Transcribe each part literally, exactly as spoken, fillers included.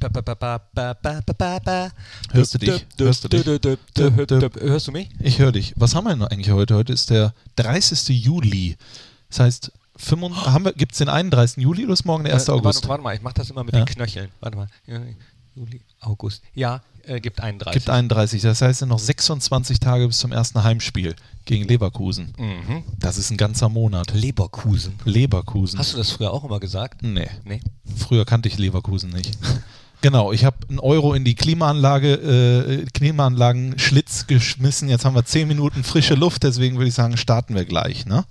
Hörst du dich? Hörst du dich? Hörst du mich? Ich höre dich. Was haben wir denn eigentlich heute? Heute ist der dreißigsten Juli. Das heißt, gibt es den einunddreißigsten Juli oder ist morgen der erste äh, August? Warte, warte mal, ich mache das immer mit ja. den Knöcheln. Warte mal. Juli, August. Ja, äh, gibt einunddreißig. Gibt einunddreißig. Das heißt, es sind noch sechsundzwanzig Tage bis zum ersten Heimspiel gegen Leverkusen. Mhm. Das ist ein ganzer Monat. Leverkusen. Leverkusen. Hast du das früher auch immer gesagt? Nee. Nee? Früher kannte ich Leverkusen nicht. Genau, ich habe einen Euro in die Klimaanlage, äh, Klimaanlagen-Schlitz geschmissen. Jetzt haben wir zehn Minuten frische Luft, deswegen würde ich sagen, starten wir gleich, ne?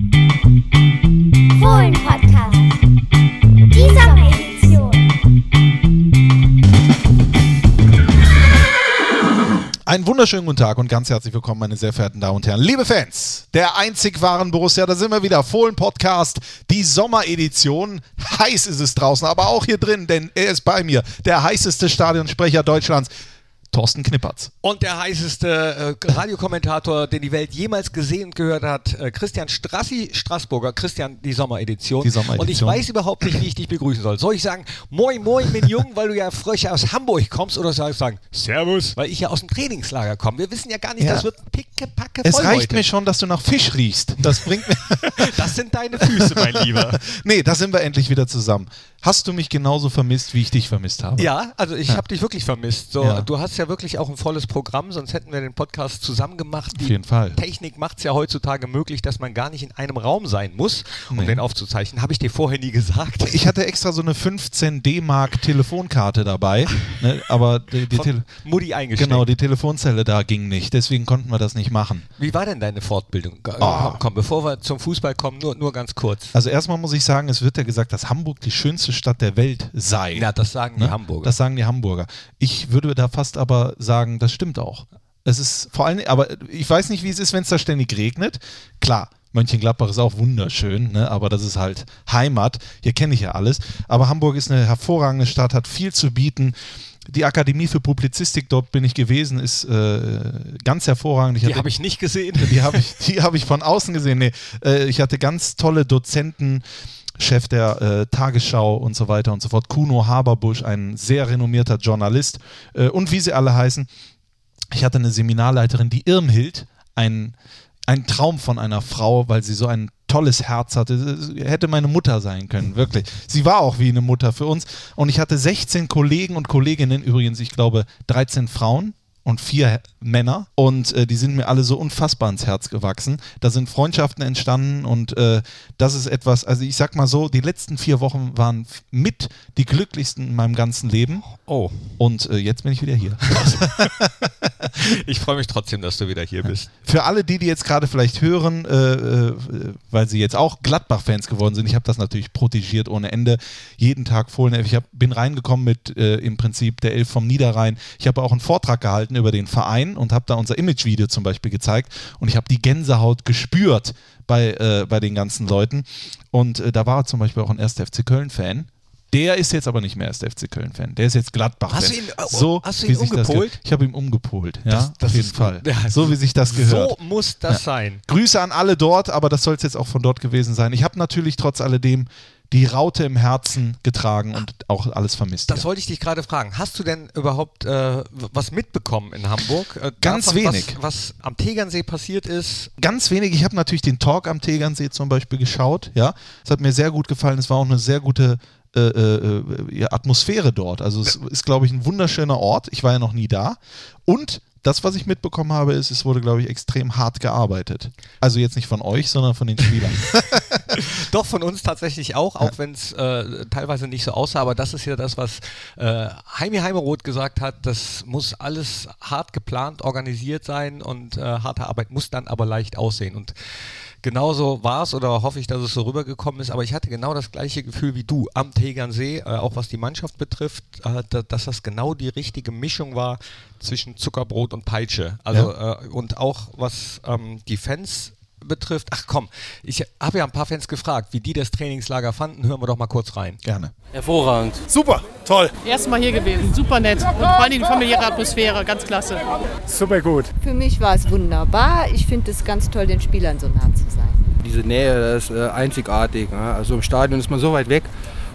Fohlen-Podcast. Die Sommeredition. Einen wunderschönen guten Tag und ganz herzlich willkommen, meine sehr verehrten Damen und Herren. Liebe Fans der einzig wahren Borussia, da sind wir wieder. Fohlen-Podcast, die Sommeredition. Heiß ist es draußen, aber auch hier drin, denn er ist bei mir, der heißeste Stadionsprecher Deutschlands, Thorsten Knippertz. Und der heißeste äh, Radiokommentator, den die Welt jemals gesehen und gehört hat, äh, Christian Strassi, Straßburger. Christian, die Sommeredition. Die Sommeredition. Und ich weiß überhaupt nicht, wie ich dich begrüßen soll. Soll ich sagen, moin, moin, mein Jung, weil du ja frisch aus Hamburg kommst, oder soll ich sagen, Servus, weil ich ja aus dem Trainingslager komme. Wir wissen ja gar nicht, ja. Das wird pickepacke Es voll reicht heute. mir schon, dass du nach Fisch riechst. Das bringt mir... Das sind deine Füße, mein Lieber. Nee, da sind wir endlich wieder zusammen. Hast du mich genauso vermisst, wie ich dich vermisst habe? Ja, also ich ja. habe dich wirklich vermisst. So, ja. Du hast ja wirklich auch ein volles Programm, sonst hätten wir den Podcast zusammen gemacht. Auf jeden Fall. Technik macht es ja heutzutage möglich, dass man gar nicht in einem Raum sein muss, um nee. den aufzuzeichnen. Habe ich dir vorher nie gesagt. Ich hatte extra so eine fünfzehn D-Mark Telefonkarte dabei, ne, aber die, die Tele- Mutti eingesteckt. Genau, die Telefonzelle da ging nicht, deswegen konnten wir das nicht machen. Wie war denn deine Fortbildung? Oh. Komm, komm, bevor wir zum Fußball kommen, nur, nur ganz kurz. Also erstmal muss ich sagen, es wird ja gesagt, dass Hamburg die schönste Stadt der Welt sei. Ja, das sagen ne? die Hamburger. Das sagen die Hamburger. Ich würde da fast aber sagen, das stimmt auch. Es ist vor allem, aber ich weiß nicht, wie es ist, wenn es da ständig regnet. Klar, Mönchengladbach ist auch wunderschön, ne? Aber das ist halt Heimat. Hier kenne ich ja alles. Aber Hamburg ist eine hervorragende Stadt, hat viel zu bieten. Die Akademie für Publizistik, dort bin ich gewesen, ist äh, ganz hervorragend. Ich die habe ich nicht gesehen. Die habe ich, die hab ich von außen gesehen. Nee, äh, ich hatte ganz tolle Dozenten, Chef der äh, Tagesschau und so weiter und so fort. Kuno Haberbusch, ein sehr renommierter Journalist äh, und wie sie alle heißen. Ich hatte eine Seminarleiterin, die Irmhild, ein, ein Traum von einer Frau, weil sie so ein tolles Herz hatte. Hätte meine Mutter sein können, wirklich. Sie war auch wie eine Mutter für uns. Und ich hatte sechzehn Kollegen und Kolleginnen, übrigens, ich glaube, dreizehn Frauen und vier Männer und äh, die sind mir alle so unfassbar ins Herz gewachsen. Da sind Freundschaften entstanden und äh, das ist etwas, also ich sag mal so, die letzten vier Wochen waren mit die glücklichsten in meinem ganzen Leben. Oh. Und äh, jetzt bin ich wieder hier. Ich freue mich trotzdem, dass du wieder hier bist. Für alle die, die jetzt gerade vielleicht hören, äh, äh, weil sie jetzt auch Gladbach-Fans geworden sind, ich habe das natürlich protegiert ohne Ende. Jeden Tag Fohlen. Ich hab, bin reingekommen mit äh, im Prinzip der Elf vom Niederrhein. Ich habe auch einen Vortrag gehalten über den Verein und habe da unser Image-Video zum Beispiel gezeigt und ich habe die Gänsehaut gespürt bei, äh, bei den ganzen Leuten und äh, da war zum Beispiel auch ein erster F C Köln-Fan. Der ist jetzt aber nicht mehr erster F C Köln-Fan. Der ist jetzt Gladbach-Fan. Hast du ihn, äh, so, hast du ihn umgepolt? Ich habe ihn umgepolt, ja, das, das auf jeden ist Fall. Ja, so wie sich das gehört. So muss das ja. sein. Grüße an alle dort, aber das soll es jetzt auch von dort gewesen sein. Ich habe natürlich trotz alledem die Raute im Herzen getragen und auch alles vermisst. Das ja. wollte ich dich gerade fragen. Hast du denn überhaupt äh, was mitbekommen in Hamburg? Äh, Ganz davon, wenig. Was, was am Tegernsee passiert ist? Ganz wenig. Ich habe natürlich den Talk am Tegernsee zum Beispiel geschaut. Ja, es hat mir sehr gut gefallen. Es war auch eine sehr gute äh, äh, ja, Atmosphäre dort. Also es ist, glaube ich, ein wunderschöner Ort. Ich war ja noch nie da. Und das, was ich mitbekommen habe, ist, es wurde, glaube ich, extrem hart gearbeitet. Also jetzt nicht von euch, sondern von den Spielern. Doch, von uns tatsächlich auch, auch ja. wenn es äh, teilweise nicht so aussah. Aber das ist ja das, was äh, Heimi Heimeroth gesagt hat. Das muss alles hart geplant, organisiert sein und äh, harte Arbeit muss dann aber leicht aussehen. Und genauso war es oder hoffe ich, dass es so rübergekommen ist, aber ich hatte genau das gleiche Gefühl wie du am Tegernsee, äh, auch was die Mannschaft betrifft, äh, da, dass das genau die richtige Mischung war zwischen Zuckerbrot und Peitsche. Also ja. äh, und auch was ähm, die Fans betrifft. Ach komm, ich habe ja ein paar Fans gefragt, wie die das Trainingslager fanden. Hören wir doch mal kurz rein. Gerne. Hervorragend. Super, toll. Erstmal hier gewesen, super nett und vor allem die familiäre Atmosphäre, ganz klasse. Super gut. Für mich war es wunderbar. Ich finde es ganz toll, den Spielern so nah zu sein. Diese Nähe, das ist äh, einzigartig. Ne? Also im Stadion ist man so weit weg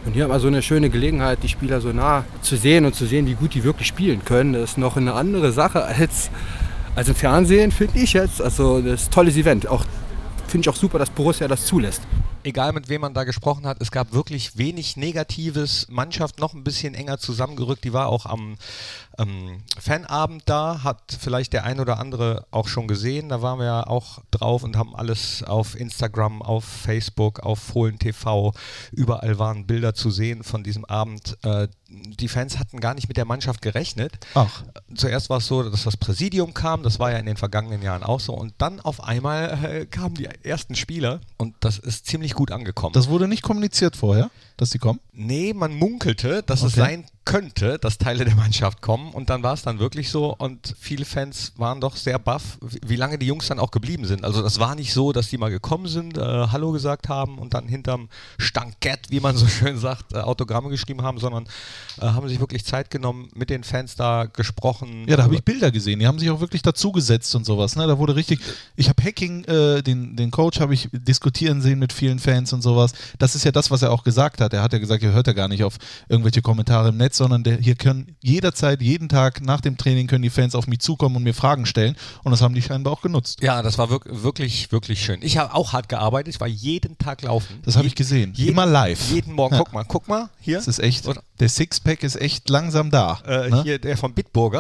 Und hier haben wir so eine schöne Gelegenheit, die Spieler so nah zu sehen und zu sehen, wie gut die wirklich spielen können. Das ist noch eine andere Sache als, als im Fernsehen, finde ich jetzt. Also das ist ein tolles Event. Auch finde ich auch super, dass Borussia das zulässt. Egal mit wem man da gesprochen hat, es gab wirklich wenig Negatives. Mannschaft noch ein bisschen enger zusammengerückt. Die war auch am ähm, Fanabend da, hat vielleicht der ein oder andere auch schon gesehen. Da waren wir ja auch drauf und haben alles auf Instagram, auf Facebook, auf Fohlen T V. Überall waren Bilder zu sehen von diesem Abend. Äh, die Fans hatten gar nicht mit der Mannschaft gerechnet. Ach. Zuerst war es so, dass das Präsidium kam. Das war ja in den vergangenen Jahren auch so. Und dann auf einmal äh, kamen die ersten Spieler und das ist ziemlich gut angekommen. Das wurde nicht kommuniziert vorher, dass die kommen? Nee, man munkelte, dass Okay. es sein könnte, dass Teile der Mannschaft kommen und dann war es dann wirklich so und viele Fans waren doch sehr baff, wie wie lange die Jungs dann auch geblieben sind. Also das war nicht so, dass die mal gekommen sind, äh, Hallo gesagt haben und dann hinterm Stankett, wie man so schön sagt, äh, Autogramme geschrieben haben, sondern äh, haben sich wirklich Zeit genommen, mit den Fans da gesprochen. Ja, da habe ich Bilder gesehen. Die haben sich auch wirklich dazugesetzt und sowas. Ne? Da wurde richtig. Ich habe Hacking, äh, den, den Coach, habe ich diskutieren sehen mit vielen Fans und sowas. Das ist ja das, was er auch gesagt hat. Er hat ja gesagt, er hört ja gar nicht auf irgendwelche Kommentare im Netz, sondern der, hier können jederzeit, jeden Tag nach dem Training können die Fans auf mich zukommen und mir Fragen stellen. Und das haben die scheinbar auch genutzt. Ja, das war wirk- wirklich, wirklich schön. Ich habe auch hart gearbeitet, ich war jeden Tag laufen. Das habe Je- ich gesehen. jeden- Immer live. Jeden Morgen. Ja. Guck mal, guck mal, hier. Das ist echt. Oder- Der Sixpack ist echt langsam da. Äh, ne? Hier der von Bitburger.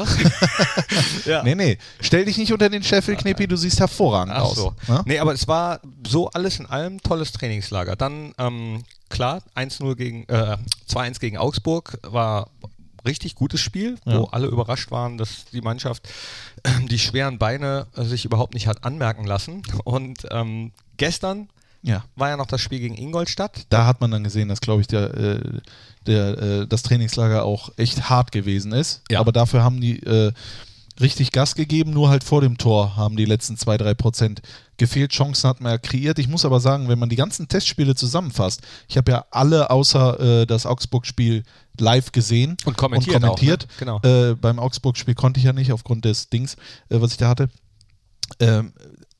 ja. Nee, nee. Stell dich nicht unter den Scheffel, Knippi, du siehst hervorragend Ach aus. so. Ne? Nee, aber es war so alles in allem tolles Trainingslager. Dann, ähm, klar, eins null gegen, äh, zwei eins gegen Augsburg war richtig gutes Spiel, Ja. wo alle überrascht waren, dass die Mannschaft äh, die schweren Beine äh, sich überhaupt nicht hat anmerken lassen. Und ähm, gestern Ja. war ja noch das Spiel gegen Ingolstadt. Da hat man dann gesehen, dass, glaube ich, der, äh, der, äh, das Trainingslager auch echt hart gewesen ist. Ja. Aber dafür haben die äh, richtig Gas gegeben, nur halt vor dem Tor haben die letzten zwei, drei Prozent gefehlt. Chancen hat man ja kreiert. Ich muss aber sagen, wenn man die ganzen Testspiele zusammenfasst, ich habe ja alle außer äh, das Augsburg-Spiel live gesehen Und kommentiert und kommentiert. auch, ne? Genau. Äh, beim Augsburg-Spiel konnte ich ja nicht, aufgrund des Dings, äh, was ich da hatte. Ähm,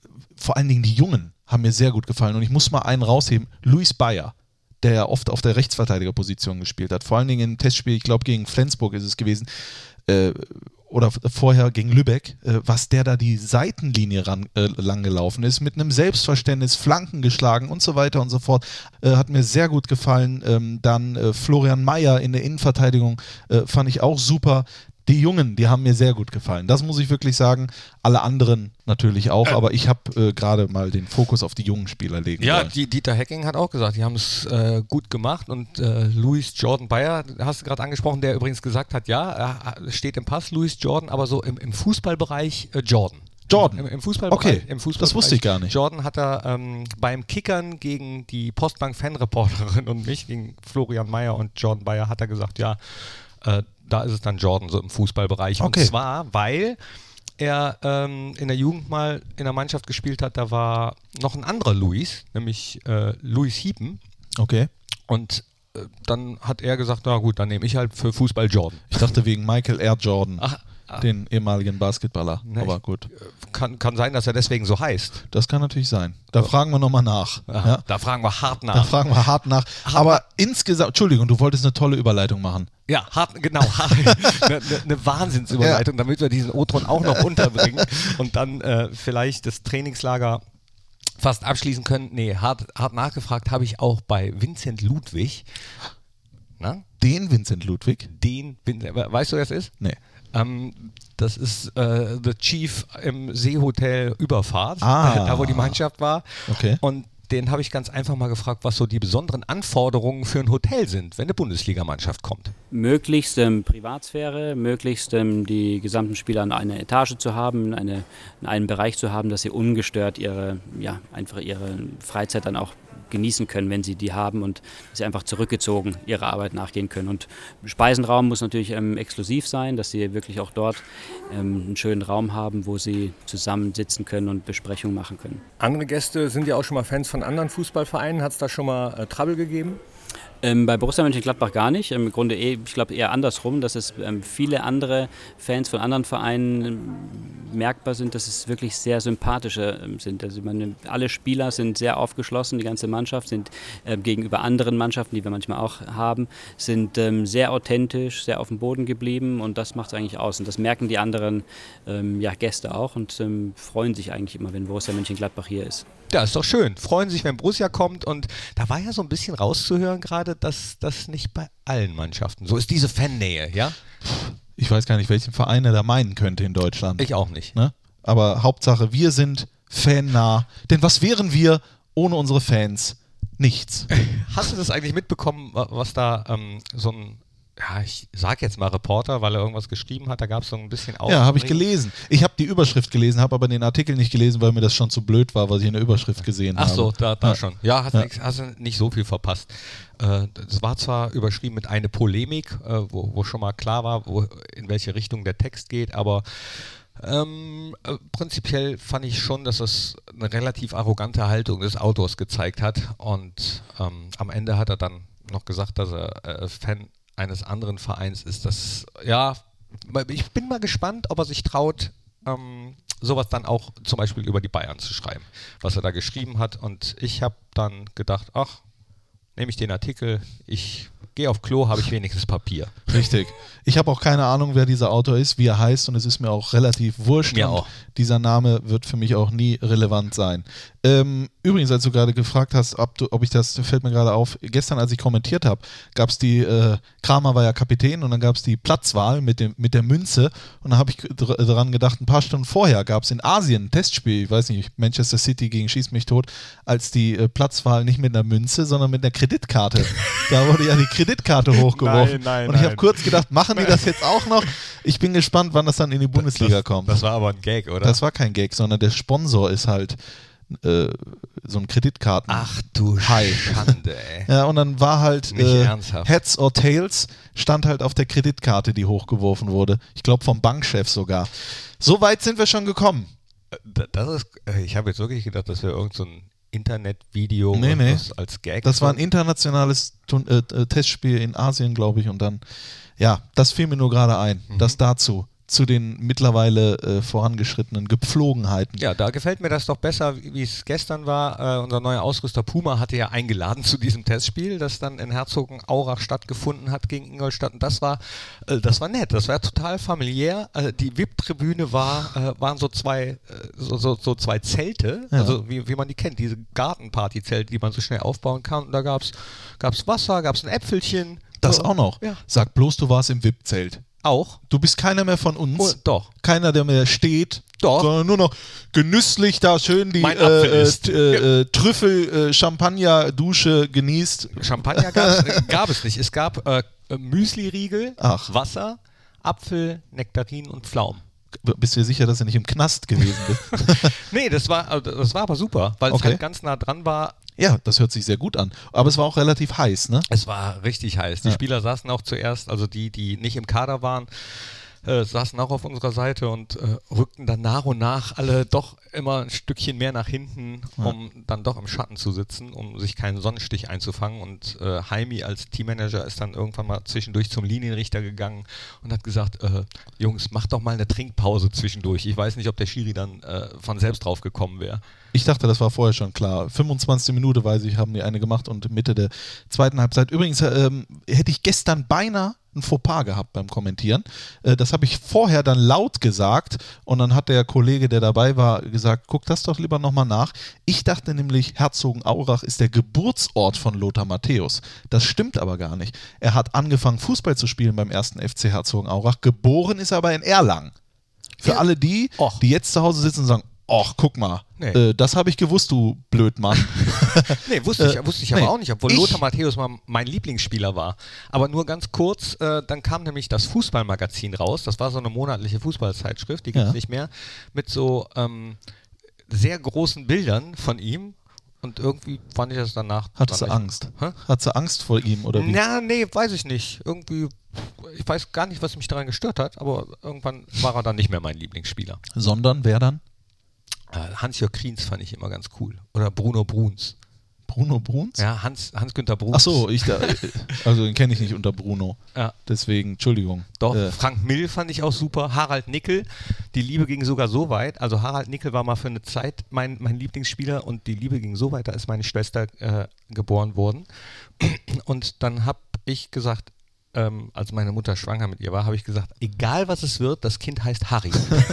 vor allen Dingen die Jungen haben mir sehr gut gefallen und ich muss mal einen rausheben. Luis Bayer, der ja oft auf der Rechtsverteidigerposition gespielt hat, vor allen Dingen im Testspiel, ich glaube gegen Flensburg ist es gewesen, äh, oder vorher gegen Lübeck, äh, was der da die Seitenlinie ran, äh, lang gelaufen ist, mit einem Selbstverständnis, Flanken geschlagen und so weiter und so fort, äh, hat mir sehr gut gefallen. Ähm, dann äh, Florian Mayer in der Innenverteidigung äh, fand ich auch super. Die Jungen, die haben mir sehr gut gefallen. Das muss ich wirklich sagen. Alle anderen natürlich auch, aber ich habe äh, gerade mal den Fokus auf die jungen Spieler legen Ja, wollen. die, Dieter Hecking hat auch gesagt, die haben es äh, gut gemacht und äh, Louis Jordan Bayer, hast du gerade angesprochen, der übrigens gesagt hat, ja, er steht im Pass, Louis Jordan, aber so im, im Fußballbereich äh, Jordan. Jordan. Im, im Fußballbereich. Okay, im Fußballbereich. das wusste ich gar nicht. Jordan hat er ähm, beim Kickern gegen die Postbank-Fanreporterin und mich, gegen Florian Mayer und Jordan Bayer, hat er gesagt, ja, äh, da ist es dann Jordan, so im Fußballbereich. Okay. Und zwar, weil er ähm, in der Jugend mal in der Mannschaft gespielt hat, da war noch ein anderer Luis, nämlich äh, Luis Hiepen. Okay. Und äh, dann hat er gesagt, na gut, dann nehme ich halt für Fußball Jordan. Ich dachte wegen Michael R. Jordan, Ach, ah, den ehemaligen Basketballer. ne, Aber ich- gut, kann, kann sein, dass er deswegen so heißt. das kann natürlich sein. Da fragen wir nochmal nach. Aha, Ja? Da fragen wir hart Da nach. fragen wir hart nach. Hart Aber nach. insgesamt, Entschuldigung, du wolltest eine tolle Überleitung machen. Ja, hart, genau. Hart, eine, eine, eine Wahnsinnsüberleitung, damit wir diesen O-Ton auch noch unterbringen und dann äh, vielleicht das Trainingslager fast abschließen können. Nee, hart, hart nachgefragt habe ich auch bei Vincent Ludwig. Na? Den Vincent Ludwig? Den, Vin- weißt du, wer es ist? Nee. Ähm, das ist äh, The Chief im Seehotel Überfahrt, Ah. da wo die Mannschaft war. Okay. Und den habe ich ganz einfach mal gefragt, was so die besonderen Anforderungen für ein Hotel sind, wenn eine Bundesligamannschaft kommt. Möglichst ähm, Privatsphäre, möglichst ähm, die gesamten Spieler an einer Etage zu haben, eine, in einem Bereich zu haben, dass sie ungestört ihre, ja, einfach ihre Freizeit dann auch genießen können, wenn sie die haben und dass sie einfach zurückgezogen ihrer Arbeit nachgehen können. Und Speisenraum muss natürlich ähm, exklusiv sein, dass sie wirklich auch dort ähm, einen schönen Raum haben, wo sie zusammen sitzen können und Besprechungen machen können. Andere Gäste sind ja auch schon mal Fans von anderen Fußballvereinen. Hat es da schon mal äh, Trouble gegeben? Ähm, bei Borussia Mönchengladbach gar nicht. Im Grunde eh, ich glaube eher andersrum, dass es ähm, viele andere Fans von anderen Vereinen ähm, merkbar sind, dass es wirklich sehr sympathische ähm, sind. Also meine, alle Spieler sind sehr aufgeschlossen, die ganze Mannschaft sind äh, gegenüber anderen Mannschaften, die wir manchmal auch haben, sind ähm, sehr authentisch, sehr auf dem Boden geblieben und das macht es eigentlich aus. Und das merken die anderen ähm, ja, Gäste auch und ähm, freuen sich eigentlich immer, wenn Borussia Mönchengladbach hier ist. Ja, ist doch schön. Freuen sich, wenn Borussia kommt und da war ja so ein bisschen rauszuhören gerade, dass das nicht bei allen Mannschaften so ist, diese Fannähe, ja? Ich weiß gar nicht, welchen Verein er da meinen könnte in Deutschland. Ich auch nicht. Ne? Aber Hauptsache, wir sind fannah. Denn was wären wir ohne unsere Fans? Nichts. Hast du das eigentlich mitbekommen, was da ähm, so ein, ja, ich sag jetzt mal Reporter, weil er irgendwas geschrieben hat, da gab es so ein bisschen Aufregung. Ja, habe ich gelesen. Ich habe die Überschrift gelesen, habe aber den Artikel nicht gelesen, weil mir das schon zu blöd war, was ich in der Überschrift gesehen Ach habe. Ach so, da, da ja. schon. Ja, hast, ja. Nix, hast du nicht so viel verpasst. Äh, das war zwar überschrieben mit eine Polemik, äh, wo, wo schon mal klar war, wo, in welche Richtung der Text geht, aber Ähm, äh, prinzipiell fand ich schon, dass es eine relativ arrogante Haltung des Autors gezeigt hat und ähm, am Ende hat er dann noch gesagt, dass er äh, Fan eines anderen Vereins ist. Das, ja, ich bin mal gespannt, ob er sich traut, ähm, sowas dann auch zum Beispiel über die Bayern zu schreiben, was er da geschrieben hat und ich habe dann gedacht, ach, nehme ich den Artikel, ich gehe auf Klo, habe ich wenigstens Papier. Richtig. Ich habe auch keine Ahnung, wer dieser Autor ist, wie er heißt und es ist mir auch relativ wurscht. Mir und auch. Dieser Name wird für mich auch nie relevant sein. Ähm, übrigens, als du gerade gefragt hast, ob, du, ob ich das, fällt mir gerade auf, gestern, als ich kommentiert habe, gab es die, äh, Kramer war ja Kapitän und dann gab es die Platzwahl mit, dem, mit der Münze und dann habe ich dr- dran gedacht, ein paar Stunden vorher gab es in Asien ein Testspiel, ich weiß nicht, Manchester City gegen Schieß mich tot, als die äh, Platzwahl nicht mit einer Münze, sondern mit einer Kreditkarte. Da wurde ja die Kreditkarte hochgeworfen. Nein, nein, und ich habe nein. kurz gedacht, machen die das jetzt auch noch? Ich bin gespannt, wann das dann in die Bundesliga das, kommt. Das war aber ein Gag, oder? Das war kein Gag, sondern der Sponsor ist halt äh, so ein Kreditkarten. Ach du Hi. Schande, ey. Ja, und dann war halt Nicht äh, ernsthaft. Heads or Tails, stand halt auf der Kreditkarte, die hochgeworfen wurde. Ich glaube vom Bankchef sogar. So weit sind wir schon gekommen. Das ist, ich habe jetzt wirklich gedacht, das wäre irgend so ein Internetvideo Nee, und nee. das als Gag. Das war ein internationales Tun- äh, äh, Testspiel in Asien, glaube ich. Und dann, ja, das fiel mir nur gerade ein. Mhm. Das dazu. Zu den mittlerweile äh, vorangeschrittenen Gepflogenheiten. Ja, da gefällt mir das doch besser, wie es gestern war. Äh, unser neuer Ausrüster Puma hatte ja eingeladen zu diesem Testspiel, das dann in Herzogenaurach stattgefunden hat gegen Ingolstadt. Und das war, äh, das war nett, das war total familiär. Äh, die V I P-Tribüne war, äh, waren so zwei, äh, so, so, so zwei Zelte, Ja. also wie, wie man die kennt, diese Gartenparty-Zelte, die man so schnell aufbauen kann. Und da gab es Wasser, gab es ein Äpfelchen. Das So. auch noch. Ja. Sag bloß, du warst im V I P-Zelt. Auch? Du bist keiner mehr von uns. Oh, doch. Keiner, der mehr steht. Doch. Sondern nur noch genüsslich da schön die Mein Apfel äh, isst. äh, äh, Trüffel, äh, Champagner, Dusche genießt. Champagner gab's, äh, gab es nicht. Es gab äh, Müsli-Riegel, Ach. Wasser, Apfel, Nektarinen und Pflaumen. Bist du dir sicher, dass du nicht im Knast gewesen bist? Nee, das war, äh, das war aber super, weil es Okay. halt ganz nah dran war. Ja, das hört sich sehr gut an. Aber es war auch relativ heiß, ne? Es war richtig heiß. Die Ja. Spieler saßen auch zuerst, also die, die nicht im Kader waren, äh, saßen auch auf unserer Seite und äh, rückten dann nach und nach alle doch immer ein Stückchen mehr nach hinten, um dann doch im Schatten zu sitzen, um sich keinen Sonnenstich einzufangen. Und äh, Heimi als Teammanager ist dann irgendwann mal zwischendurch zum Linienrichter gegangen und hat gesagt, äh, Jungs, macht doch mal eine Trinkpause zwischendurch. Ich weiß nicht, ob der Schiri dann äh, von selbst drauf gekommen wäre. Ich dachte, das war vorher schon klar. fünfundzwanzigste Minute, weiß ich, haben die eine gemacht und Mitte der zweiten Halbzeit. Übrigens ähm, hätte ich gestern beinahe ein Fauxpas gehabt beim Kommentieren. Äh, das habe ich vorher dann laut gesagt und dann hat der Kollege, der dabei war, gesagt, guck das doch lieber nochmal nach. Ich dachte nämlich, Herzogenaurach ist der Geburtsort von Lothar Matthäus. Das stimmt aber gar nicht. Er hat angefangen, Fußball zu spielen beim ersten F C Herzogenaurach. Geboren ist er aber in Erlangen. Für Ja. alle die, Och. die jetzt zu Hause sitzen und sagen, ach, guck mal, Nee. äh, das habe ich gewusst, du Blödmann. Nee, wusste ich, Äh, wusste ich nee. aber auch nicht, obwohl Ich- Lothar Matthäus mal mein Lieblingsspieler war. Aber nur ganz kurz, äh, dann kam nämlich das Fußballmagazin raus. Das war so eine monatliche Fußballzeitschrift, die gibt es Ja. nicht mehr, mit so ähm, sehr großen Bildern von ihm. Und irgendwie fand ich das danach. Hattest du dann nicht- Angst? Hä? Hattest du Angst vor ihm oder wie? Na, nee, weiß ich nicht. Irgendwie, ich weiß gar nicht, was mich daran gestört hat, aber irgendwann war er dann nicht mehr mein Lieblingsspieler. Sondern wer dann? Äh, Hans-Jörg Kriens fand ich immer ganz cool. Oder Bruno Bruns. Bruno Bruns? Ja, Hans, Hans-Günther Bruns. Ach so, ich da, also den kenne ich nicht unter Bruno. Ja. Deswegen, Entschuldigung. Doch, Äh, Frank Mill fand ich auch super. Harald Nickel, die Liebe ging sogar so weit. Also Harald Nickel war mal für eine Zeit mein, mein Lieblingsspieler und die Liebe ging so weit, da ist meine Schwester äh, geboren worden. Und dann habe ich gesagt, ähm, als meine Mutter schwanger mit ihr war, habe ich gesagt, egal was es wird, das Kind heißt Harry.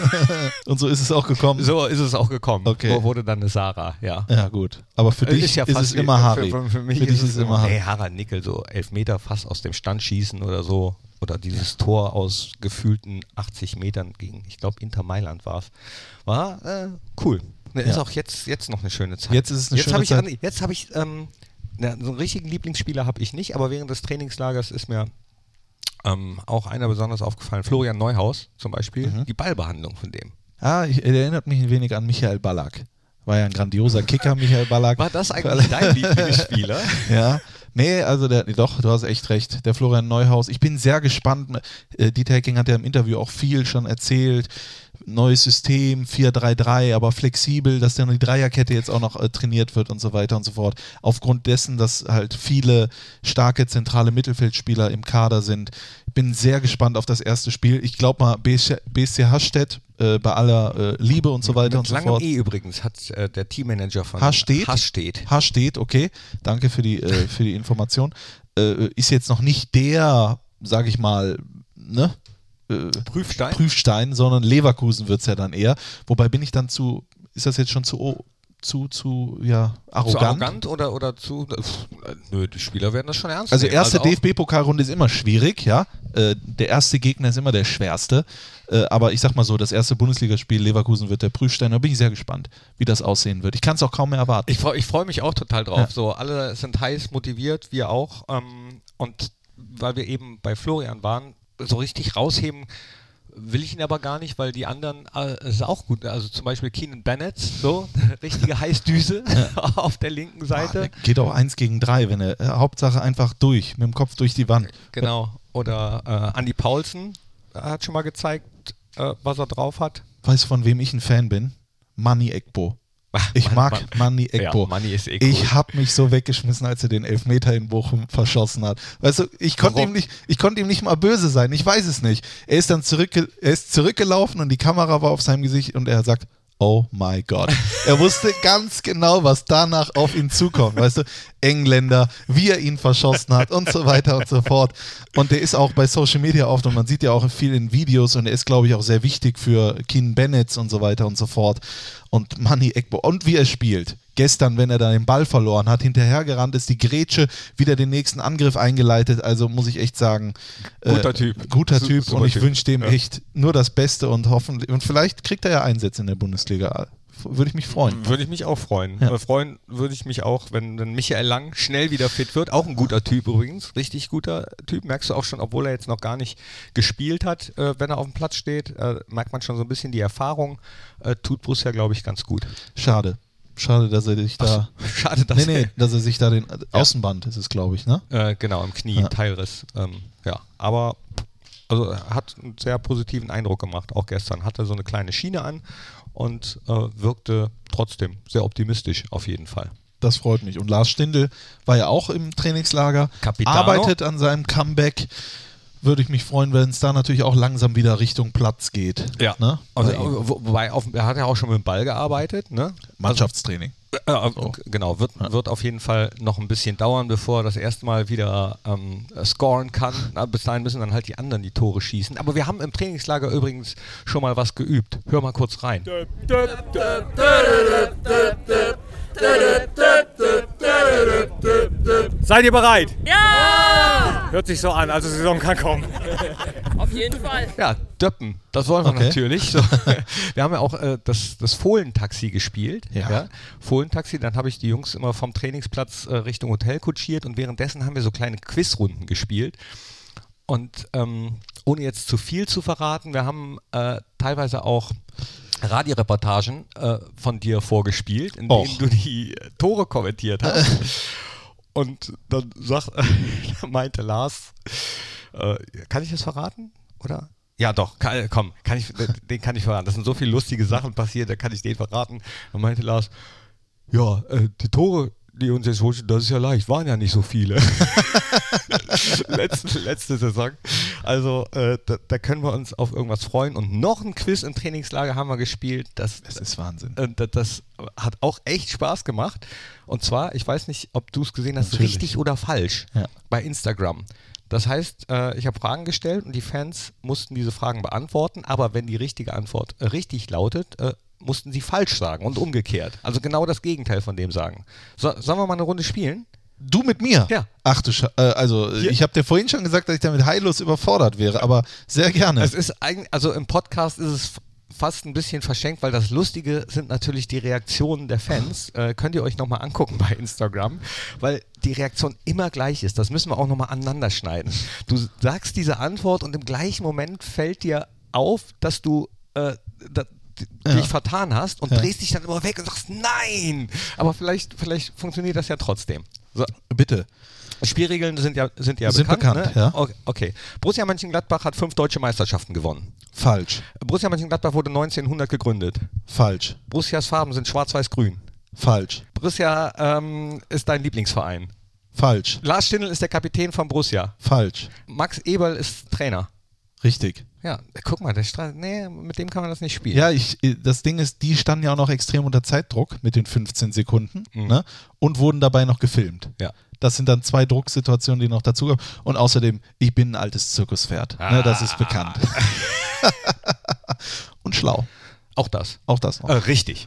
Und so ist es auch gekommen? So ist es auch gekommen. Okay. Wo wurde dann eine Sarah, ja. Ja, gut. Aber für dich ist, ja ist es immer Harry. Für, für, für mich für dich ist es immer Harry. Nee, Harald Nickel, so elf Meter fast aus dem Stand schießen oder so. Oder dieses Tor aus gefühlten achtzig Metern gegen, ich glaube, Inter Mailand war es. War äh, cool. Ne, Ja. Ist auch jetzt, jetzt noch eine schöne Zeit. Jetzt ist es eine jetzt schöne hab ich, Zeit. an- Jetzt habe ich, ähm, na, so einen richtigen Lieblingsspieler habe ich nicht, aber während des Trainingslagers ist mir ähm, auch einer besonders aufgefallen. Florian Neuhaus zum Beispiel. Mhm. Die Ballbehandlung von dem. Ah, ich, er erinnert mich ein wenig an Michael Ballack. War ja ein grandioser Kicker, Michael Ballack. War das eigentlich dein Lieblingsspieler? Ja, nee, also der, doch, du hast echt recht, der Florian Neuhaus. Ich bin sehr gespannt. Äh, Dieter Hecking hat ja im Interview auch viel schon erzählt. Neues System, vier drei drei, aber flexibel, dass dann die Dreierkette jetzt auch noch äh, trainiert wird und so weiter und so fort. Aufgrund dessen, dass halt viele starke zentrale Mittelfeldspieler im Kader sind. Bin sehr gespannt auf das erste Spiel. Ich glaube mal, B S C Hastedt, äh, bei aller äh, Liebe und so weiter Mit und so langem fort. E übrigens hat äh, der Teammanager von Hastedt? Hastedt. Hastedt, okay. Danke für die, äh, für die Information. Äh, ist jetzt noch nicht der, sag ich mal, ne? Äh, Prüfstein? Prüfstein, sondern Leverkusen wird es ja dann eher. Wobei bin ich dann zu, ist das jetzt schon zu, oh, zu, zu, ja, arrogant? Zu arrogant oder, oder zu. Pff, nö, die Spieler werden das schon ernst Also nehmen. erste auch- D F B-Pokalrunde ist immer schwierig, ja. Äh, der erste Gegner ist immer der schwerste. Äh, aber ich sag mal so, das erste Bundesligaspiel Leverkusen wird der Prüfstein. Da bin ich sehr gespannt, wie das aussehen wird. Ich kann es auch kaum mehr erwarten. Ich freue ich freu mich auch total drauf. Ja. So, alle sind heiß motiviert, wir auch. Ähm, und weil wir eben bei Florian waren, so richtig rausheben will ich ihn aber gar nicht, weil die anderen äh, ist auch gut. Also zum Beispiel Keenan Bennett, so richtige Heißdüse auf der linken Seite. Ah, geht auch eins gegen drei, wenn er, äh, Hauptsache einfach durch, mit dem Kopf durch die Wand. Genau. Oder äh, Andy Paulsen hat schon mal gezeigt, äh, was er drauf hat. Weißt du, von wem ich ein Fan bin? Manni Ekbo. Ich Mann, mag Mann. Manni Ekbo. Ja, Manni ist eh cool. Ich habe mich so weggeschmissen, als er den Elfmeter in Bochum verschossen hat. Weißt du, ich konnte Warum? ihm nicht, ich konnte ihm nicht mal böse sein. Ich weiß es nicht. Er ist dann zurückge er ist zurückgelaufen und die Kamera war auf seinem Gesicht und er sagt, oh my God. Er wusste ganz genau, was danach auf ihn zukommt. Weißt du, Engländer, wie er ihn verschossen hat und so weiter und so fort. Und der ist auch bei Social Media oft und man sieht ja auch viel in Videos und er ist, glaube ich, auch sehr wichtig für Keenan Bennett und so weiter und so fort. Und Manni Ekbo und wie er spielt. Gestern, wenn er da den Ball verloren hat, hinterhergerannt ist, die Grätsche, wieder den nächsten Angriff eingeleitet. Also muss ich echt sagen, Guter äh, Typ. Guter Su- Typ super und ich Typ. wünsche dem Ja. echt nur das Beste und hoffentlich, und vielleicht kriegt er ja Einsätze in der Bundesliga. Würde ich mich freuen. Würde ich mich auch freuen. Ja. Äh, freuen würde ich mich auch, wenn, wenn Michael Lang schnell wieder fit wird. Auch ein guter Typ übrigens. Richtig guter Typ. Merkst du auch schon, obwohl er jetzt noch gar nicht gespielt hat, äh, wenn er auf dem Platz steht, äh, merkt man schon so ein bisschen die Erfahrung. Äh, tut Borussia, glaube ich, ganz gut. Schade. Schade, dass er sich da. Ach, schade, dass nee, nee, dass er sich da den Außenband ist es, glaube ich, ne? äh, genau, im Knie, Ja. Teilriss. Ähm, ja, aber also er hat einen sehr positiven Eindruck gemacht. Auch gestern hatte er so eine kleine Schiene an und äh, wirkte trotzdem sehr optimistisch auf jeden Fall. Das freut mich. Und Lars Stindl war ja auch im Trainingslager, Capitano. arbeitet an seinem Comeback. Würde ich mich freuen, wenn es da natürlich auch langsam wieder Richtung Platz geht. Ja. Ne? Also, Bei ihm. wo- wobei, auf, er hat ja auch schon mit dem Ball gearbeitet, ne? Mannschaftstraining. Äh, So. g- Genau, wird, wird auf jeden Fall noch ein bisschen dauern, bevor er das erste Mal wieder ähm, scoren kann. Na, bis dahin müssen dann halt die anderen die Tore schießen. Aber wir haben im Trainingslager übrigens schon mal was geübt. Hör mal kurz rein. Seid ihr bereit? Ja! Hört sich so an, also die Saison kann kommen. Auf jeden Fall. Ja, Döppen, das wollen wir Okay. natürlich. So. Wir haben ja auch äh, das, das Fohlentaxi gespielt. Ja. Fohlentaxi, dann habe ich die Jungs immer vom Trainingsplatz äh, Richtung Hotel kutschiert und währenddessen haben wir so kleine Quizrunden gespielt. Und ähm, ohne jetzt zu viel zu verraten, wir haben äh, teilweise auch Radioreportagen äh, von dir vorgespielt, in denen Och. du die äh, Tore kommentiert hast. Und dann sagt, dann meinte Lars, äh, kann ich das verraten? Oder? Ja, doch, kann, komm, kann ich, den kann ich verraten. Das sind so viele lustige Sachen passiert, da kann ich den verraten. Dann meinte Lars, ja, äh, die Tore, die uns jetzt holen, das ist ja leicht, waren ja nicht so viele. letzte, letzte Saison. Also äh, da, da können wir uns auf irgendwas freuen. Und noch ein Quiz im Trainingslager haben wir gespielt. Das, Das ist Wahnsinn. äh, das, das hat auch echt Spaß gemacht. Und zwar, ich weiß nicht, ob du es gesehen hast, Natürlich. richtig oder falsch Ja. bei Instagram. Das heißt, äh, ich habe Fragen gestellt und die Fans mussten diese Fragen beantworten, aber wenn die richtige Antwort äh, richtig lautet, äh, mussten sie falsch sagen und umgekehrt. Also genau das Gegenteil von dem sagen. So, sollen wir mal eine Runde spielen? Du mit mir? Ja. Ach du Sche äh, also Hier. ich habe dir vorhin schon gesagt, dass ich damit heillos überfordert wäre, aber sehr gerne. Es ist eigentlich, also im Podcast ist es fast ein bisschen verschenkt, weil das Lustige sind natürlich die Reaktionen der Fans. Äh, könnt ihr euch nochmal angucken bei Instagram, weil die Reaktion immer gleich ist. Das müssen wir auch nochmal aneinander schneiden. Du sagst diese Antwort und im gleichen Moment fällt dir auf, dass du äh, da, Ja. dich vertan hast und Ja. drehst dich dann immer weg und sagst nein. Aber vielleicht, vielleicht funktioniert das ja trotzdem. So. Bitte. Spielregeln sind ja, sind ja Sind bekannt. bekannt, ne? ja. Okay. okay. Borussia Mönchengladbach hat fünf deutsche Meisterschaften gewonnen. Falsch. Borussia Mönchengladbach wurde neunzehnhundert gegründet. Falsch. Borussias Farben sind schwarz-weiß-grün. Falsch. Borussia ähm, ist dein Lieblingsverein. Falsch. Lars Stindl ist der Kapitän von Borussia. Falsch. Max Eberl ist Trainer. Richtig. Ja, guck mal, der Stra- nee, mit dem kann man das nicht spielen. Ja, ich, das Ding ist, die standen ja auch noch extrem unter Zeitdruck mit den fünfzehn Sekunden Mhm. ne? Und wurden dabei noch gefilmt. Ja. Das sind dann zwei Drucksituationen, die noch dazukommen. Und außerdem, ich bin ein altes Zirkuspferd. Ah. Ne? Das ist bekannt. Und schlau. Auch das. Auch das noch. Äh, richtig.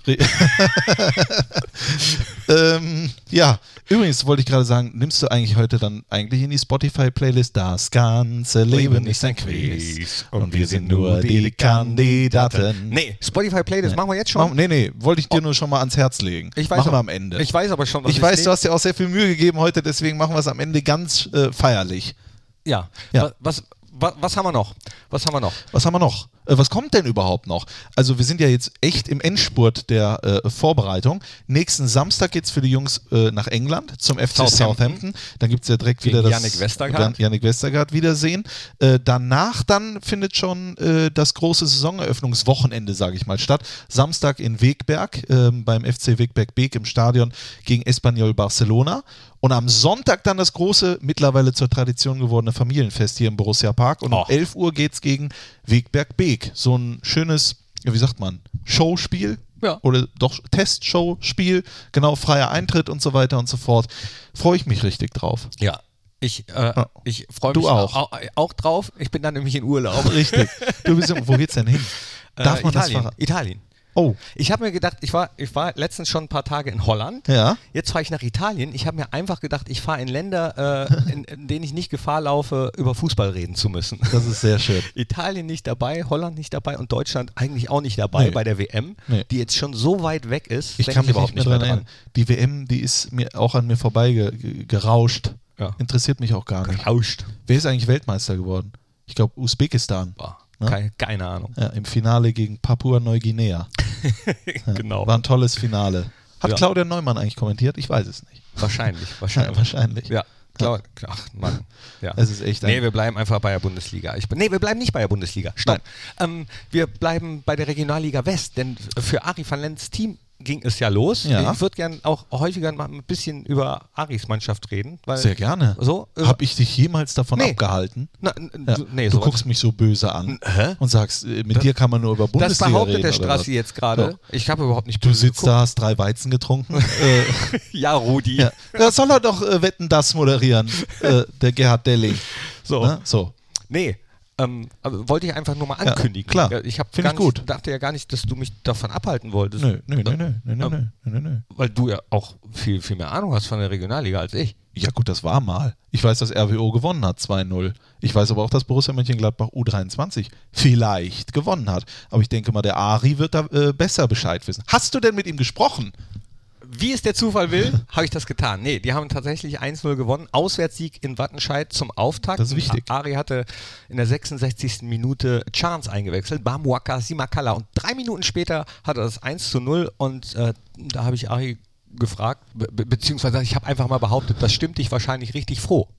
ähm, ja, übrigens wollte ich gerade sagen, nimmst du eigentlich heute dann eigentlich in die Spotify-Playlist das ganze Leben ist ein Quiz und wir sind nur die Kandidaten. Nee, Spotify-Playlist Nee. machen wir jetzt schon. Mach, nee, nee, wollte ich dir nur schon mal ans Herz legen. Ich weiß machen wir aber- am Ende. Ich weiß aber schon, was ich weiß, du nehme. hast dir auch sehr viel Mühe gegeben heute, deswegen machen wir es am Ende ganz äh, feierlich. Ja. Ja. Wa- Was, was, was haben wir noch? Was haben wir noch? Was haben wir noch? Äh, was kommt denn überhaupt noch? Also wir sind ja jetzt echt im Endspurt der äh, Vorbereitung. Nächsten Samstag geht es für die Jungs äh, nach England zum F C Southampton. Southampton. Dann gibt es ja direkt Gegen wieder das Yannick Westergaard. Yannick Westergaard Wiedersehen. Äh, danach dann findet schon äh, das große Saisoneröffnungswochenende, sage ich mal, statt. Samstag in Wegberg äh, beim F C Wegberg-Beek im Stadion gegen Espanyol Barcelona. Und am Sonntag dann das große, mittlerweile zur Tradition gewordene Familienfest hier im Borussia Park. Und Oh. um elf Uhr geht es gegen Wegberg-Beek. So ein schönes, ja, wie sagt man, Showspiel? Ja. Oder doch Testshow-Spiel. Genau, freier Eintritt und so weiter und so fort. Freue ich mich richtig drauf. Ja. Ich, äh, Ja. ich freue Du mich auch. Auch, auch drauf. Ich bin dann nämlich in Urlaub. Richtig. Du bist, wo geht's denn hin? Darf Äh, man das Italien. verraten? Italien. Oh, Ich habe mir gedacht, ich war, ich war letztens schon ein paar Tage in Holland. ja. Jetzt fahre ich nach Italien. Ich habe mir einfach gedacht, ich fahre in Länder, äh, in, in denen ich nicht Gefahr laufe, über Fußball reden zu müssen. Das ist sehr schön. Italien nicht dabei, Holland nicht dabei und Deutschland eigentlich auch nicht dabei Nee. bei der W M, Nee. die jetzt schon so weit weg ist. Ich denk kann mich überhaupt nicht mehr dran erinnern. Die W M, die ist mir auch an mir vorbei ge ge gerauscht. Ja. Interessiert mich auch gar nicht. Gerauscht. Wer ist eigentlich Weltmeister geworden? Ich glaube Usbekistan. Boah, Ne? keine, keine Ahnung. Ja, im Finale gegen Papua-Neuguinea. Ja, Genau. War ein tolles Finale. Hat Ja. Claudia Neumann eigentlich kommentiert? Ich weiß es nicht. Wahrscheinlich, Ja, wahrscheinlich. wahrscheinlich. Ja, klar. Ach, Mann. Ja. Es ist echt ein- Nee, wir bleiben einfach bei der Bundesliga. Ich, nee, wir bleiben nicht bei der Bundesliga. Stopp. Ähm, wir bleiben bei der Regionalliga West, denn für Ari van Lents Team ging es ja los. Ja. Ich würde gern auch häufiger mal ein bisschen über Aris Mannschaft reden. Weil Sehr gerne. So? Äh, Habe ich dich jemals davon Nee. abgehalten? na, n- Ja. du, nee, du sowas- guckst mich so böse an Hä? und sagst, äh, mit dir kann man nur über Das Bundesliga behauptet reden. der oder Strassi was? jetzt gerade. So. Ich habe überhaupt nicht Du böse sitzt geguckt. da, hast drei Weizen getrunken. äh, Ja, Rudi. ja. Da soll er doch äh, Wetten, das moderieren, äh, der Gerhard Delling. So. Ne? So. Nee. Ähm, aber wollte ich einfach nur mal Ja, ankündigen. klar. Ja, Ich hab Find gar ich gut. Nicht, dachte ja gar nicht, dass du mich davon abhalten wolltest. Nö, nö, nö, nö, nö, nö, Ja. nö, nö, nö. Weil du ja auch viel, viel mehr Ahnung hast von der Regionalliga als ich. Ja gut, das war mal. Ich weiß, dass R W O gewonnen hat, zwei null. Ich weiß aber auch, dass Borussia Mönchengladbach U dreiundzwanzig vielleicht gewonnen hat. Aber ich denke mal, der Ari wird da äh, besser Bescheid wissen. Hast du denn mit ihm gesprochen? Wie es der Zufall will, habe ich das getan. Nee, die haben tatsächlich eins null gewonnen. Auswärtssieg in Wattenscheid zum Auftakt. Das ist wichtig. Und Ari hatte in der sechsundsechzigsten Minute Chance eingewechselt, Bamuaka Simakala. Und drei Minuten später hatte er das eins zu null. Und äh, da habe ich Ari gefragt, be beziehungsweise ich habe einfach mal behauptet, das stimmt dich wahrscheinlich richtig froh.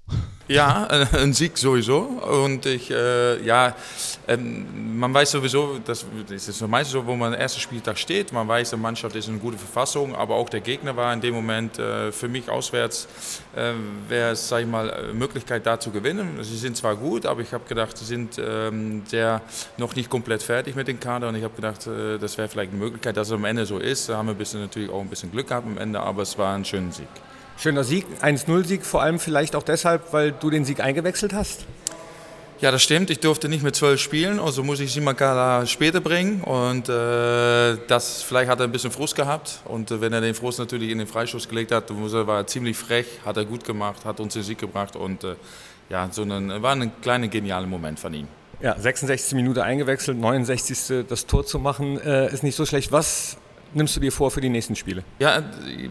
Ja, ein Sieg sowieso. Und ich, äh, ja, ähm, man weiß sowieso, das ist meistens so, wo man am ersten Spieltag steht. Man weiß, die Mannschaft ist in guter Verfassung, aber auch der Gegner war in dem Moment äh, für mich auswärts, äh, wäre es, sag ich mal, eine Möglichkeit da zu gewinnen. Sie sind zwar gut, aber ich habe gedacht, sie sind ähm, sehr, noch nicht komplett fertig mit dem Kader und ich habe gedacht, äh, das wäre vielleicht eine Möglichkeit, dass es am Ende so ist. Da haben wir ein bisschen, natürlich auch ein bisschen Glück gehabt am Ende, aber es war ein schöner Sieg. Schöner Sieg, eins null Sieg, vor allem vielleicht auch deshalb, weil du den Sieg eingewechselt hast? Ja, das stimmt. Ich durfte nicht mit zwölf spielen, also muss ich Simakala später bringen. Und äh, das, vielleicht hat er ein bisschen Frust gehabt. Und äh, wenn er den Frust natürlich in den Freistoß gelegt hat, war er ziemlich frech, hat er gut gemacht, hat uns den Sieg gebracht. Und äh, ja, so ein, war ein kleiner genialer Moment von ihm. Ja, sechsundsechzigste Minute eingewechselt, neunundsechzigste das Tor zu machen, äh, ist nicht so schlecht. Was nimmst du dir vor für die nächsten Spiele? Ja,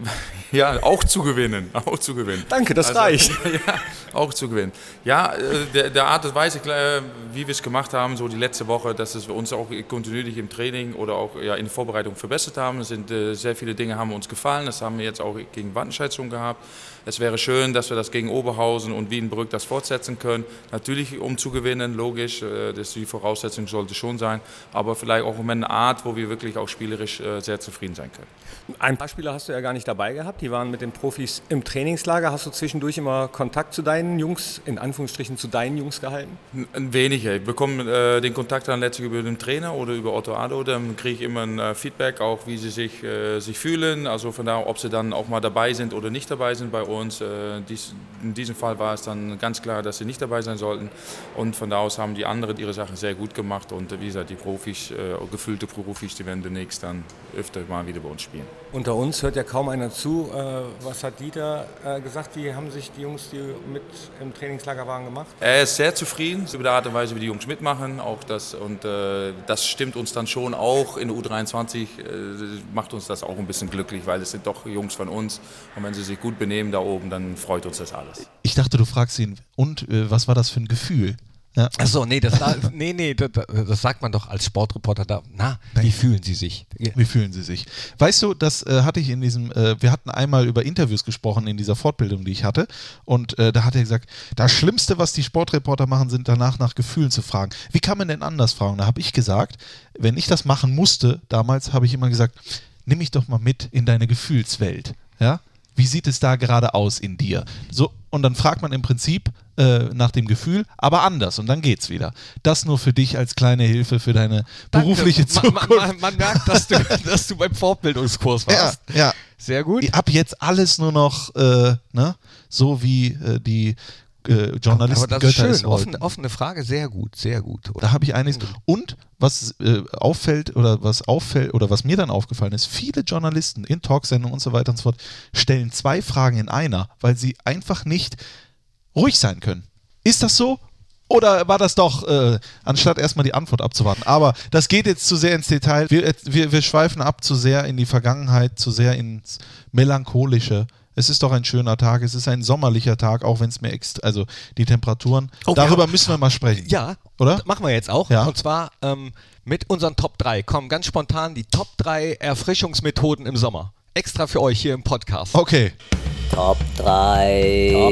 ja, auch zu gewinnen, auch zu gewinnen. Danke, das also, reicht. Ja, auch zu gewinnen. Ja, der, der Art und Weise, wie wir es gemacht haben, so die letzte Woche, dass es wir uns auch kontinuierlich im Training oder auch ja, in der Vorbereitung verbessert haben. Es sind äh, sehr viele Dinge haben uns gefallen. Das haben wir jetzt auch gegen Wattenscheid schon gehabt. Es wäre schön, dass wir das gegen Oberhausen und Wiedenbrück das fortsetzen können. Natürlich, um zu gewinnen, logisch, äh, das die Voraussetzung sollte schon sein, aber vielleicht auch um eine Art, wo wir wirklich auch spielerisch äh, sehr zufrieden sein können. Ein paar Spieler hast du ja gar nicht dabei gehabt, die waren mit den Profis im Trainingslager. Hast du zwischendurch immer Kontakt zu deinen Jungs, in Anführungsstrichen zu deinen Jungs gehalten? Ein wenig. Ich bekomme äh, den Kontakt dann letztlich über den Trainer oder über Otto Addo. Dann kriege ich immer ein äh, Feedback, auch wie sie sich, äh, sich fühlen. Also von daher, ob sie dann auch mal dabei sind oder nicht dabei sind bei uns. Äh, dies, in diesem Fall war es dann ganz klar, dass sie nicht dabei sein sollten. Und von da aus haben die anderen ihre Sachen sehr gut gemacht. Und äh, wie gesagt, die Profis, äh, gefüllte Profis, die werden demnächst dann öfter mal wieder bei uns spielen. Unter uns hört ja kaum einer zu. Äh, was hat Dieter äh, gesagt? Wie haben sich die Jungs, die mit im Trainingslager waren, gemacht? Er ist sehr zufrieden über die Art und Weise, wie die Jungs mitmachen. Auch das, und äh, das stimmt uns dann schon auch. In der U dreiundzwanzig äh, macht uns das auch ein bisschen glücklich, weil es sind doch Jungs von uns. Und wenn sie sich gut benehmen da oben, dann freut uns das alles. Ich dachte, du fragst ihn, und äh, was war das für ein Gefühl? Ja. Achso, nee, das, nee, nee das, das sagt man doch als Sportreporter da. Na, wie fühlen Sie sich? Wie fühlen Sie sich? Weißt du, das äh, hatte ich in diesem, äh, wir hatten einmal über Interviews gesprochen in dieser Fortbildung, die ich hatte, und äh, da hat er gesagt, das Schlimmste, was die Sportreporter machen, sind danach nach Gefühlen zu fragen. Wie kann man denn anders fragen? Da habe ich gesagt, wenn ich das machen musste, damals habe ich immer gesagt, nimm mich doch mal mit in deine Gefühlswelt, ja? Wie sieht es da gerade aus in dir? So, und dann fragt man im Prinzip äh, nach dem Gefühl, aber anders, und dann geht's wieder. Das nur für dich als kleine Hilfe für deine Danke. berufliche Zukunft. Man, man, man merkt, dass du, dass du beim Fortbildungskurs warst. Ja, ja. Sehr gut. Ich habe jetzt alles nur noch äh, ne, so wie äh, die äh, Journalisten aber das Götter ist schön, es wollten. offene, offene Frage, sehr gut, sehr gut. Da habe ich einiges. Und was äh, auffällt oder was auffällt oder was mir dann aufgefallen ist, viele Journalisten in Talksendungen und so weiter und so fort stellen zwei Fragen in einer, weil sie einfach nicht ruhig sein können. Ist das so? Oder war das doch, äh, anstatt erstmal die Antwort abzuwarten? Aber das geht jetzt zu sehr ins Detail. Wir, wir, wir schweifen ab zu sehr in die Vergangenheit, zu sehr ins Melancholische. Es ist doch ein schöner Tag, es ist ein sommerlicher Tag, auch wenn es mir extra, also die Temperaturen, oh, darüber ja. müssen wir mal sprechen. Ja, oder? Machen wir jetzt auch. Ja. Und zwar ähm, mit unseren Top drei. Kommen ganz spontan die Top drei Erfrischungsmethoden im Sommer. Extra für euch hier im Podcast. Okay. Top drei. Top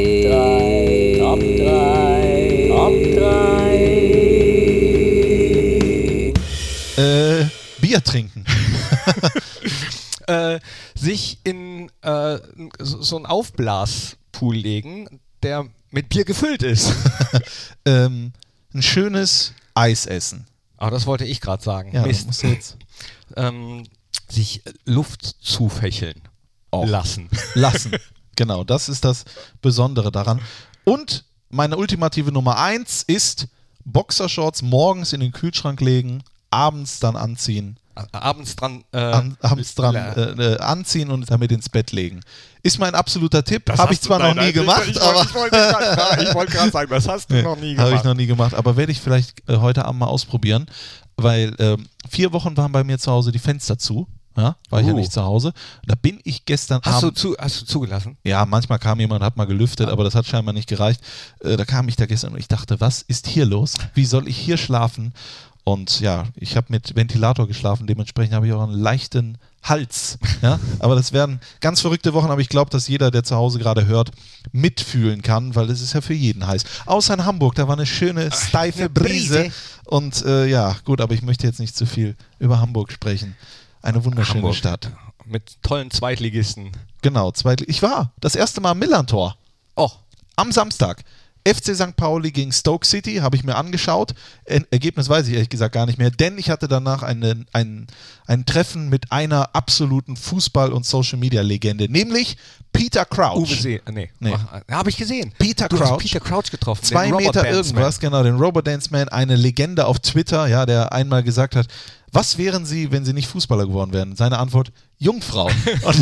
drei. Top drei. Top drei. Äh, Bier trinken. äh, sich in äh, so, so einen Aufblaspool legen, der mit Bier gefüllt ist. ähm, ein schönes Eis essen. Aber das wollte ich gerade sagen. Ja, Mist. musst du jetzt. ähm, sich Luft zufächeln Auch. lassen. Lassen. Genau, das ist das Besondere daran. Und meine ultimative Nummer eins ist Boxershorts morgens in den Kühlschrank legen, abends dann anziehen. Abends dran, äh, An, abends dran äh, äh, anziehen und damit ins Bett legen. Ist mein absoluter Tipp. Habe ich zwar du, nein, noch nie nein, gemacht, ich, ich, aber ich wollte gerade wollt sagen, das hast du nee, noch nie gemacht. Habe ich noch nie gemacht, aber werde ich vielleicht äh, heute Abend mal ausprobieren, weil äh, vier Wochen waren bei mir zu Hause die Fenster zu. Ja, war ich uh. ja nicht zu Hause. Da bin ich gestern hast Abend... Du zu, hast du zugelassen? Ja, manchmal kam jemand, hat mal gelüftet, aber das hat scheinbar nicht gereicht. Äh, da kam ich da gestern und ich dachte, was ist hier los? Wie soll ich hier schlafen? Und ja, ich habe mit Ventilator geschlafen, dementsprechend habe ich auch einen leichten Hals. Ja? Aber das werden ganz verrückte Wochen, aber ich glaube, dass jeder, der zu Hause gerade hört, mitfühlen kann, weil es ist ja für jeden heiß. Außer in Hamburg, da war eine schöne, steife eine Brise. Brise. Und äh, ja, gut, aber ich möchte jetzt nicht zu viel über Hamburg sprechen. Eine wunderschöne Hamburg. Stadt. Mit tollen Zweitligisten. Genau, Zweit- ich war das erste Mal am Millantor. Oh. Am Samstag. F C Sankt Pauli gegen Stoke City, habe ich mir angeschaut. Er- Ergebnis weiß ich ehrlich gesagt gar nicht mehr, denn ich hatte danach einen, ein, ein Treffen mit einer absoluten Fußball- und Social-Media-Legende, nämlich Peter Crouch. Uwe See, äh, nee. Nee. Habe ich gesehen. Peter du Crouch. hast Peter Crouch getroffen. den Zwei Robot Meter Bandsman. irgendwas, genau, den Robodance Man, eine Legende auf Twitter, ja, der einmal gesagt hat, was wären Sie, wenn Sie nicht Fußballer geworden wären? Seine Antwort, Jungfrau. und,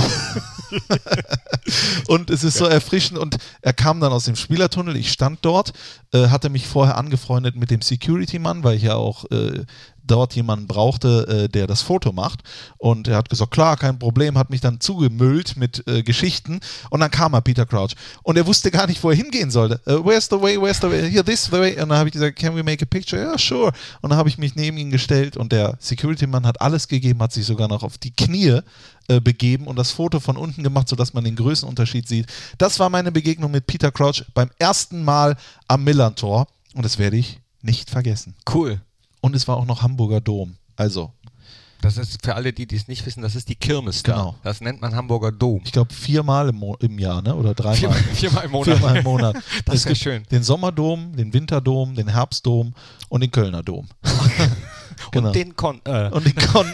und es ist so erfrischend und er kam dann aus dem Spielertunnel, ich stand dort, äh, hatte mich vorher angefreundet mit dem Security-Mann, weil ich ja auch äh, dort jemanden brauchte, äh, der das Foto macht und er hat gesagt, klar, kein Problem, hat mich dann zugemüllt mit äh, Geschichten und dann kam er, Peter Crouch und er wusste gar nicht, wo er hingehen sollte. Uh, where's the way, where's the way, here, this the way und dann habe ich gesagt, can we make a picture? Ja, yeah, sure. Und dann habe ich mich neben ihn gestellt und der Security-Mann hat alles gegeben, hat sich sogar noch auf die Knie äh, begeben und das Foto von unten gemacht, sodass man den Größenunterschied sieht. Das war meine Begegnung mit Peter Crouch beim ersten Mal am Millantor und das werde ich nicht vergessen. Cool. Und es war auch noch Hamburger Dom. Also. Das ist für alle, die es nicht wissen, das ist die Kirmes da. Genau. Das nennt man Hamburger Dom. Ich glaube viermal im, Mo- im Jahr, ne? Oder dreimal. Viermal, viermal im Monat. Viermal im Monat. Das es wäre gibt schön. den Sommerdom, den Winterdom, den Herbstdom und den Kölner Dom. Genau. Und den Con. Äh. Und den Con.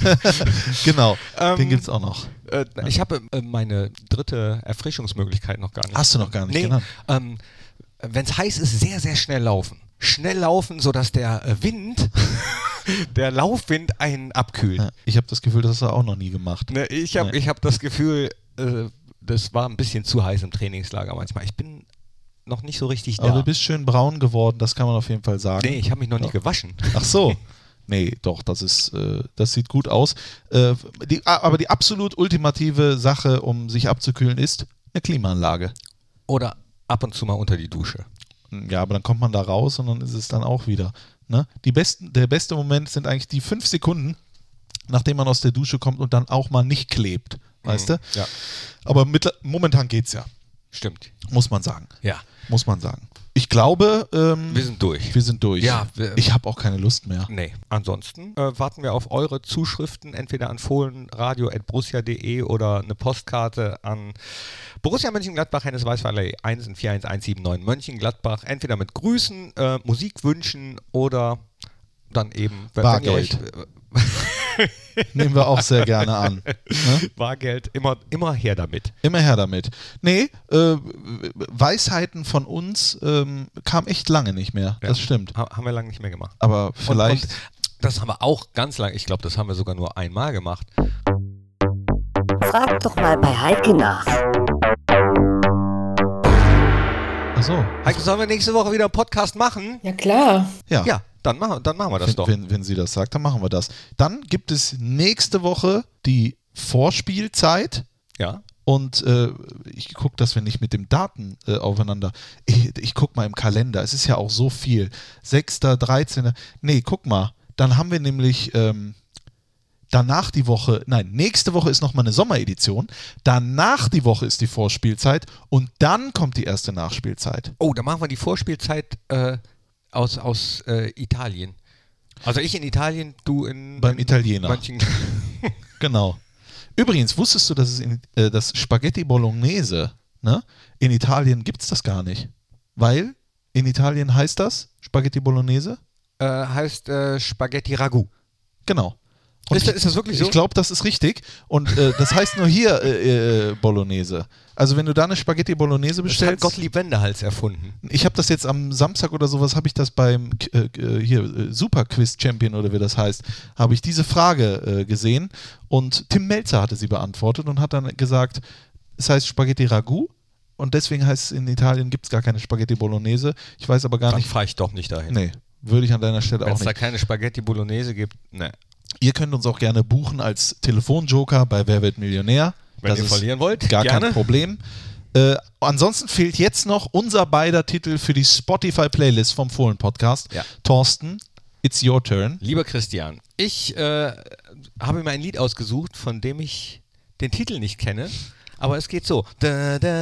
Genau, Ähm, den gibt es auch noch. Äh, ich habe äh, meine dritte Erfrischungsmöglichkeit noch gar nicht. Hast du noch gar nicht nee, genannt. Ähm, wenn es heiß ist, sehr, sehr schnell laufen. Schnell laufen, sodass der äh, Wind, der Laufwind einen abkühlt. Ja, ich habe das Gefühl, das hast du auch noch nie gemacht. Ne, ich habe Nee. ich hab das Gefühl, äh, das war ein bisschen zu heiß im Trainingslager manchmal. Ich bin noch nicht so richtig da. Aber du bist schön braun geworden, das kann man auf jeden Fall sagen. Nee, ich habe mich noch nicht gewaschen. Ach so. Nee, doch, das ist, äh, das sieht gut aus. Äh, die, aber die absolut ultimative Sache, um sich abzukühlen, ist eine Klimaanlage. Oder ab und zu mal unter die Dusche. Ja, aber dann kommt man da raus und dann ist es dann auch wieder. Ne? Die besten, der beste Moment sind eigentlich die fünf Sekunden, nachdem man aus der Dusche kommt und dann auch mal nicht klebt. Weißt Mhm, du? ja. Aber mit, momentan geht's ja. Stimmt. Muss man sagen. Ja. Muss man sagen. Ich glaube, ähm, Wir sind durch. wir sind durch. Ja, wir- ich habe auch keine Lust mehr. Nee. Ansonsten äh, warten wir auf eure Zuschriften, entweder an fohlenradio at borussia punkt de oder eine Postkarte an Borussia Mönchengladbach, Hennes Weißweiler eins in vier eins eins sieben neun Mönchengladbach. Entweder mit Grüßen, äh, Musikwünschen oder dann eben wenn, Bargeld. Wenn ihr euch, Nehmen wir auch sehr gerne an. Ne? Bargeld, immer, immer her damit. Immer her damit. Nee, äh, Weisheiten von uns ähm, kam echt lange nicht mehr. Ja. Das stimmt. Ha haben wir lange nicht mehr gemacht. Aber vielleicht. Und, und das haben wir auch ganz lange, ich glaube, das haben wir sogar nur einmal gemacht. Frag doch mal bei Heike nach. Achso. Heike, sollen wir nächste Woche wieder einen Podcast machen? Ja, klar. Ja. Ja, dann machen, dann machen wir das wenn, doch. Wenn, wenn sie das sagt, dann machen wir das. Dann gibt es nächste Woche die Vorspielzeit. Ja. Und äh, ich gucke, dass wir nicht mit dem Daten äh, aufeinander. Ich, ich gucke mal im Kalender. Es ist ja auch so viel. sechster, dreizehnter Nee, guck mal. Dann haben wir nämlich ähm, danach die Woche. Nein, nächste Woche ist nochmal eine Sommeredition. Danach die Woche ist die Vorspielzeit. Und dann kommt die erste Nachspielzeit. Oh, dann machen wir die Vorspielzeit äh, aus, aus äh, Italien. Also ich in Italien, du in... Beim in Italiener. Manchen Genau. Übrigens, wusstest du, dass es in, äh, das Spaghetti Bolognese, ne? In Italien gibt es das gar nicht. Weil in Italien heißt das Spaghetti Bolognese? äh, heißt äh, Spaghetti Ragout. Genau. Und Ist das- ist das wirklich so? Ich glaube, das ist richtig. Und äh, das heißt nur hier äh, äh, Bolognese. Also wenn du da eine Spaghetti Bolognese Das hat bestellst. Gottlieb Wendehals erfunden. Ich habe das jetzt am Samstag oder sowas, habe ich das beim äh, äh, hier äh, Super Quiz Champion oder wie das heißt, habe ich diese Frage äh, gesehen und Tim Melzer hatte sie beantwortet und hat dann gesagt, es heißt Spaghetti Ragout und deswegen heißt es in Italien gibt es gar keine Spaghetti Bolognese. Ich weiß aber gar Dann nicht. fahre ich doch nicht dahin. Nee, würde ich an deiner Stelle Wenn auch es da nicht. keine Spaghetti Bolognese gibt, ne. Ihr könnt uns auch gerne buchen als Telefonjoker bei Wer wird Millionär. Wenn das ihr ist verlieren wollt, gar gerne. kein Problem. Äh, ansonsten fehlt jetzt noch unser beider Titel für die Spotify-Playlist vom Fohlen-Podcast. Ja. Thorsten, It's your turn. Lieber Christian, ich äh, habe mir ein Lied ausgesucht, von dem ich den Titel nicht kenne, aber es geht so. Und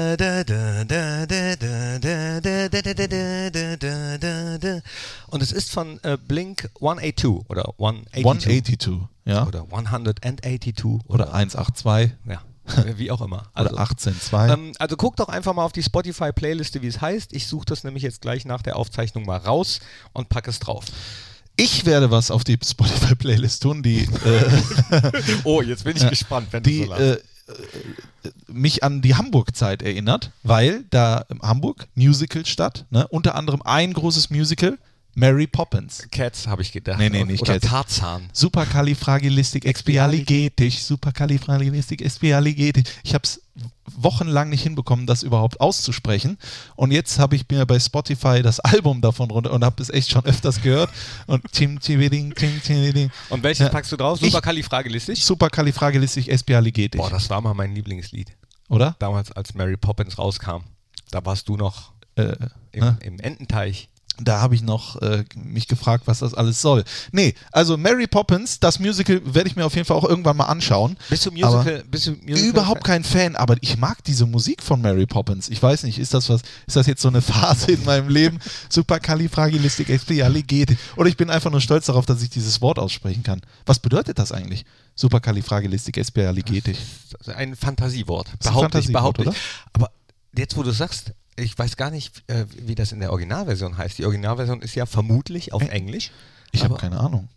es ist von äh, Blink hundertzweiundachtzig oder hundertzweiundachtzig. hundertzweiundachtzig, ja. Oder hundertachtzig. Oder hundertzweiundachtzig. Ja. Wie auch immer. Also, oder achtzehn Komma zwei. Ähm, also guck doch einfach mal auf die Spotify-Playliste, wie es heißt. Ich suche das nämlich jetzt gleich nach der Aufzeichnung mal raus und packe es drauf. Ich werde was auf die Spotify-Playlist tun, die äh, oh, jetzt bin ich äh, gespannt, wenn die, du so lachst. Äh, mich an die Hamburg-Zeit erinnert, weil da in Hamburg Musical statt, ne? Unter anderem ein großes Musical, Mary Poppins. Cats habe ich gedacht. Nee, nee, nicht Oder Cats. Tarzan. Supercalifragilisticexpialigetisch, Supercalifragilisticexpialigetisch. Ich habe es wochenlang nicht hinbekommen, das überhaupt auszusprechen. Und jetzt habe ich mir bei Spotify das Album davon runter und habe es echt schon öfters gehört. Und tim, tim, tim, tim, Und welches ja. packst du drauf? Supercalifragilistisch? Supercalifragilisticexpialigetisch. Boah, das war mal mein Lieblingslied. Oder? Damals, als Mary Poppins rauskam. Da warst du noch äh, im, ne? im Ententeich. Da habe ich noch äh, mich gefragt, was das alles soll. Nee, also Mary Poppins, das Musical werde ich mir auf jeden Fall auch irgendwann mal anschauen. Bist du Musical? Bist du Musical überhaupt kein Fan, aber ich mag diese Musik von Mary Poppins. Ich weiß nicht, ist das was? Ist das jetzt so eine Phase in meinem Leben? Supercalifragilisticexpialigetisch. Oder ich bin einfach nur stolz darauf, dass ich dieses Wort aussprechen kann. Was bedeutet das eigentlich? Supercalifragilisticexpialigetisch. Das ist ein Fantasiewort. Behaupte ich, behaupte ich. Aber jetzt, wo du sagst, ich weiß gar nicht, äh, wie das in der Originalversion heißt. Die Originalversion ist ja vermutlich auf Englisch. Ich habe keine Ahnung.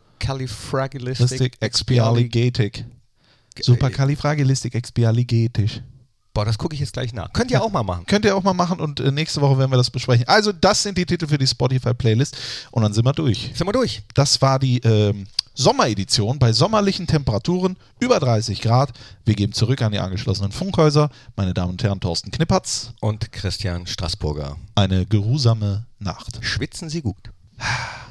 Supercalifragilisticexpialigetisch. Supercalifragilisticexpialigetisch. Boah, das gucke ich jetzt gleich nach. Könnt ihr auch mal machen. Könnt ihr auch mal machen und äh, nächste Woche werden wir das besprechen. Also das sind die Titel für die Spotify-Playlist und dann sind wir durch. Sind wir durch. Das war die ähm, Sommeredition bei sommerlichen Temperaturen über dreißig Grad. Wir geben zurück an die angeschlossenen Funkhäuser. Meine Damen und Herren, Thorsten Knippertz und Christian Straßburger. Eine geruhsame Nacht. Schwitzen Sie gut.